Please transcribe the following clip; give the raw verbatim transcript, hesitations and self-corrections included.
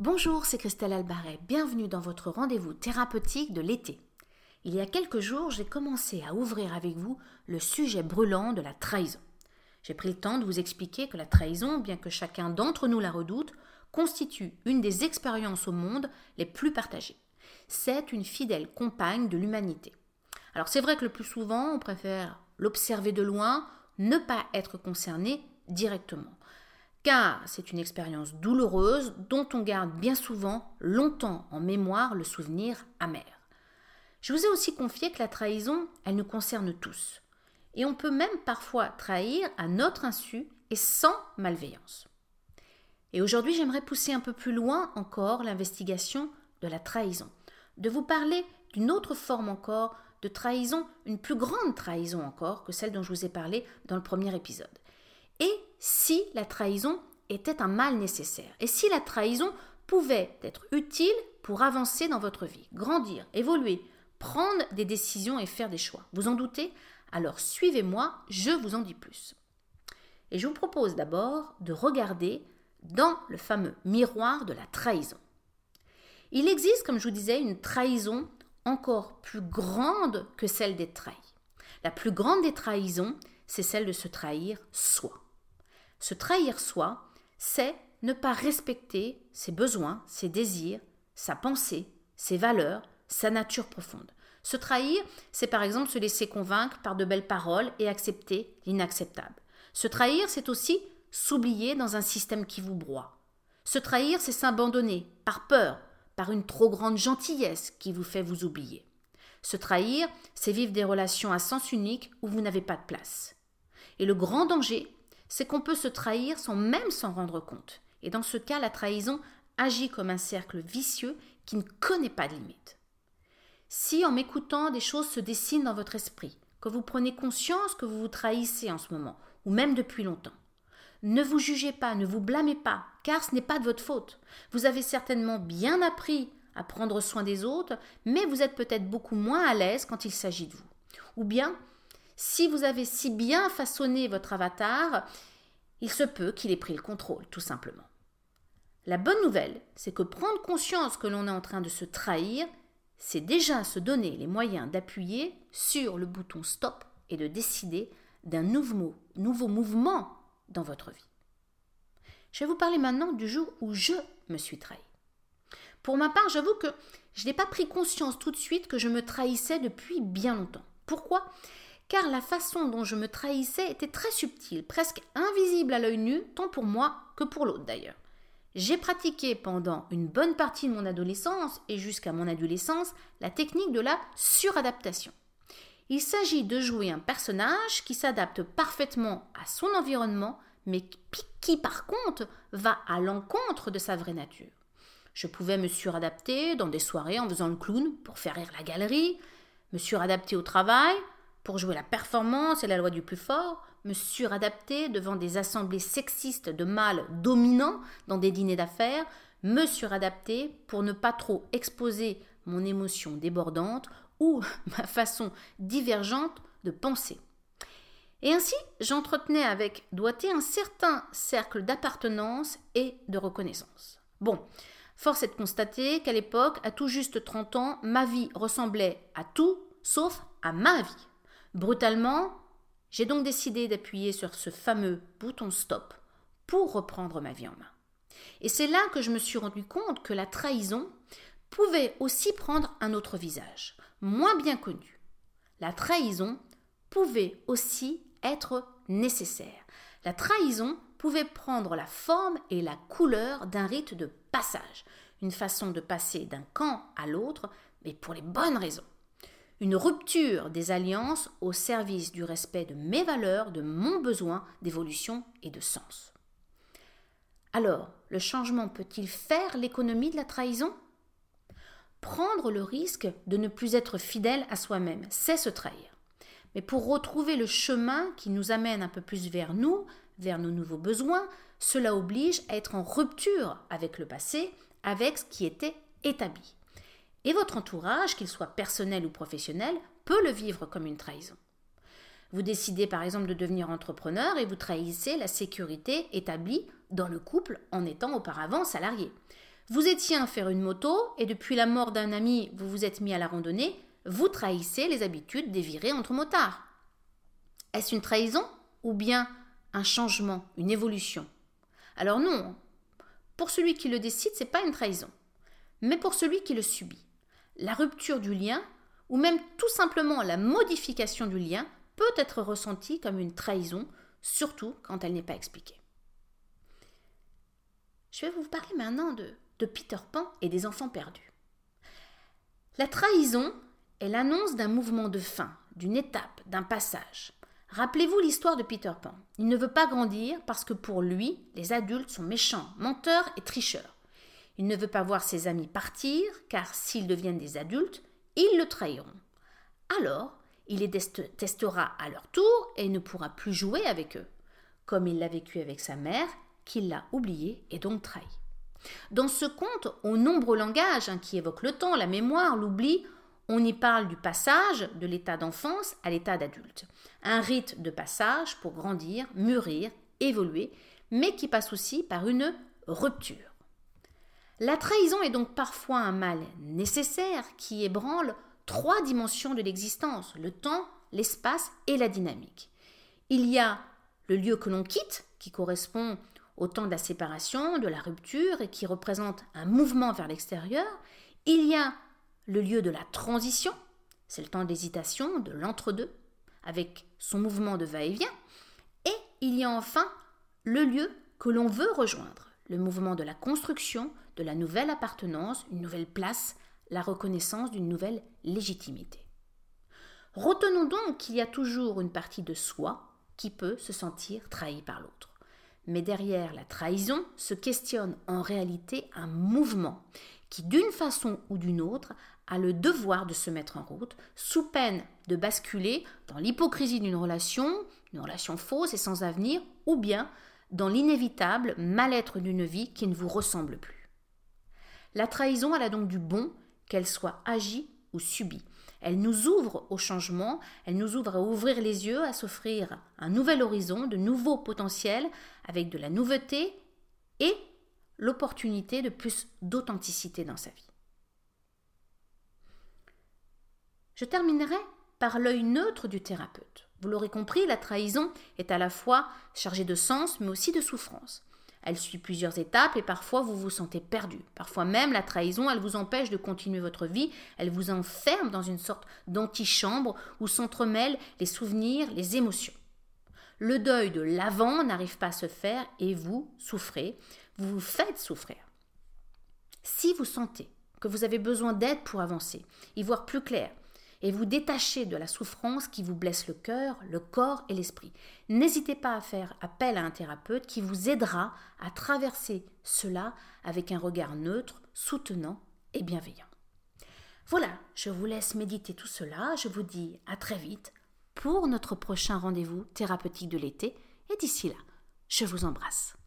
Bonjour, c'est Christelle Albaret. Bienvenue dans votre rendez-vous thérapeutique de l'été. Il y a quelques jours, j'ai commencé à ouvrir avec vous le sujet brûlant de la trahison. J'ai pris le temps de vous expliquer que la trahison, bien que chacun d'entre nous la redoute, constitue une des expériences au monde les plus partagées. C'est une fidèle compagne de l'humanité. Alors c'est vrai que le plus souvent, on préfère l'observer de loin, ne pas être concerné directement. Car c'est une expérience douloureuse dont on garde bien souvent longtemps en mémoire le souvenir amer. Je vous ai aussi confié que la trahison, elle nous concerne tous. Et on peut même parfois trahir à notre insu et sans malveillance. Et aujourd'hui, j'aimerais pousser un peu plus loin encore l'investigation de la trahison, de vous parler d'une autre forme encore de trahison, une plus grande trahison encore que celle dont je vous ai parlé dans le premier épisode. Et si la trahison était un mal nécessaire, et si la trahison pouvait être utile pour avancer dans votre vie, grandir, évoluer, prendre des décisions et faire des choix. Vous en doutez? Alors suivez-moi, je vous en dis plus. Et je vous propose d'abord de regarder dans le fameux miroir de la trahison. Il existe, comme je vous disais, une trahison encore plus grande que celle des trahis. La plus grande des trahisons, c'est celle de se trahir soi. Se trahir soi, c'est ne pas respecter ses besoins, ses désirs, sa pensée, ses valeurs, sa nature profonde. Se trahir, c'est par exemple se laisser convaincre par de belles paroles et accepter l'inacceptable. Se trahir, c'est aussi s'oublier dans un système qui vous broie. Se trahir, c'est s'abandonner par peur, par une trop grande gentillesse qui vous fait vous oublier. Se trahir, c'est vivre des relations à sens unique où vous n'avez pas de place. Et le grand danger, c'est qu'on peut se trahir sans même s'en rendre compte. Et dans ce cas, la trahison agit comme un cercle vicieux qui ne connaît pas de limite. Si en m'écoutant, des choses se dessinent dans votre esprit, que vous prenez conscience que vous vous trahissez en ce moment, ou même depuis longtemps, ne vous jugez pas, ne vous blâmez pas, car ce n'est pas de votre faute. Vous avez certainement bien appris à prendre soin des autres, mais vous êtes peut-être beaucoup moins à l'aise quand il s'agit de vous. Ou bien, si vous avez si bien façonné votre avatar, il se peut qu'il ait pris le contrôle, tout simplement. La bonne nouvelle, c'est que prendre conscience que l'on est en train de se trahir, c'est déjà se donner les moyens d'appuyer sur le bouton stop et de décider d'un nouveau, nouveau mouvement dans votre vie. Je vais vous parler maintenant du jour où je me suis trahi. Pour ma part, j'avoue que je n'ai pas pris conscience tout de suite que je me trahissais depuis bien longtemps. Pourquoi ? Car la façon dont je me trahissais était très subtile, presque invisible à l'œil nu, tant pour moi que pour l'autre d'ailleurs. J'ai pratiqué pendant une bonne partie de mon adolescence et jusqu'à mon adolescence la technique de la suradaptation. Il s'agit de jouer un personnage qui s'adapte parfaitement à son environnement, mais qui par contre va à l'encontre de sa vraie nature. Je pouvais me suradapter dans des soirées en faisant le clown pour faire rire la galerie, me suradapter au travail pour jouer la performance et la loi du plus fort, me suradapter devant des assemblées sexistes de mâles dominants dans des dîners d'affaires, me suradapter pour ne pas trop exposer mon émotion débordante ou ma façon divergente de penser. Et ainsi, j'entretenais avec doigté un certain cercle d'appartenance et de reconnaissance. Bon, force est de constater qu'à l'époque, à tout juste trente ans, ma vie ressemblait à tout sauf à ma vie. Brutalement, j'ai donc décidé d'appuyer sur ce fameux bouton stop pour reprendre ma vie en main. Et c'est là que je me suis rendu compte que la trahison pouvait aussi prendre un autre visage, moins bien connu. La trahison pouvait aussi être nécessaire. La trahison pouvait prendre la forme et la couleur d'un rite de passage, une façon de passer d'un camp à l'autre, mais pour les bonnes raisons. Une rupture des alliances au service du respect de mes valeurs, de mon besoin d'évolution et de sens. Alors, le changement peut-il faire l'économie de la trahison ? Prendre le risque de ne plus être fidèle à soi-même, c'est se trahir. Mais pour retrouver le chemin qui nous amène un peu plus vers nous, vers nos nouveaux besoins, cela oblige à être en rupture avec le passé, avec ce qui était établi. Et votre entourage, qu'il soit personnel ou professionnel, peut le vivre comme une trahison. Vous décidez par exemple de devenir entrepreneur et vous trahissez la sécurité établie dans le couple en étant auparavant salarié. Vous étiez à faire une moto et depuis la mort d'un ami, vous vous êtes mis à la randonnée, vous trahissez les habitudes des virées entre motards. Est-ce une trahison ou bien un changement, une évolution? Alors non, pour celui qui le décide, ce n'est pas une trahison, mais pour celui qui le subit. La rupture du lien ou même tout simplement la modification du lien peut être ressentie comme une trahison, surtout quand elle n'est pas expliquée. Je vais vous parler maintenant de, de Peter Pan et des enfants perdus. La trahison est l'annonce d'un mouvement de fin, d'une étape, d'un passage. Rappelez-vous l'histoire de Peter Pan. Il ne veut pas grandir parce que pour lui, les adultes sont méchants, menteurs et tricheurs. Il ne veut pas voir ses amis partir, car s'ils deviennent des adultes, ils le trahiront. Alors, il les testera à leur tour et ne pourra plus jouer avec eux, comme il l'a vécu avec sa mère, qu'il l'a oubliée et donc trahi. Dans ce conte, aux nombreux langages hein, qui évoquent le temps, la mémoire, l'oubli, on y parle du passage de l'état d'enfance à l'état d'adulte. Un rite de passage pour grandir, mûrir, évoluer, mais qui passe aussi par une rupture. La trahison est donc parfois un mal nécessaire qui ébranle trois dimensions de l'existence, le temps, l'espace et la dynamique. Il y a le lieu que l'on quitte, qui correspond au temps de la séparation, de la rupture et qui représente un mouvement vers l'extérieur. Il y a le lieu de la transition, c'est le temps d'hésitation, de l'entre-deux, avec son mouvement de va-et-vient. Et il y a enfin le lieu que l'on veut rejoindre, le mouvement de la construction, de la nouvelle appartenance, une nouvelle place, la reconnaissance d'une nouvelle légitimité. Retenons donc qu'il y a toujours une partie de soi qui peut se sentir trahie par l'autre. Mais derrière la trahison se questionne en réalité un mouvement qui, d'une façon ou d'une autre, a le devoir de se mettre en route, sous peine de basculer dans l'hypocrisie d'une relation, une relation fausse et sans avenir, ou bien dans l'inévitable mal-être d'une vie qui ne vous ressemble plus. La trahison, elle a donc du bon, qu'elle soit agie ou subie. Elle nous ouvre au changement, elle nous ouvre à ouvrir les yeux, à s'offrir un nouvel horizon, de nouveaux potentiels, avec de la nouveauté et l'opportunité de plus d'authenticité dans sa vie. Je terminerai par l'œil neutre du thérapeute. Vous l'aurez compris, la trahison est à la fois chargée de sens, mais aussi de souffrance. Elle suit plusieurs étapes et parfois vous vous sentez perdu. Parfois même, la trahison, elle vous empêche de continuer votre vie, elle vous enferme dans une sorte d'antichambre où s'entremêlent les souvenirs, les émotions. Le deuil de l'avant n'arrive pas à se faire et vous souffrez, vous vous faites souffrir. Si vous sentez que vous avez besoin d'aide pour avancer, y voir plus clair, et vous détacher de la souffrance qui vous blesse le cœur, le corps et l'esprit. N'hésitez pas à faire appel à un thérapeute qui vous aidera à traverser cela avec un regard neutre, soutenant et bienveillant. Voilà, je vous laisse méditer tout cela. Je vous dis à très vite pour notre prochain rendez-vous thérapeutique de l'été. Et d'ici là, je vous embrasse.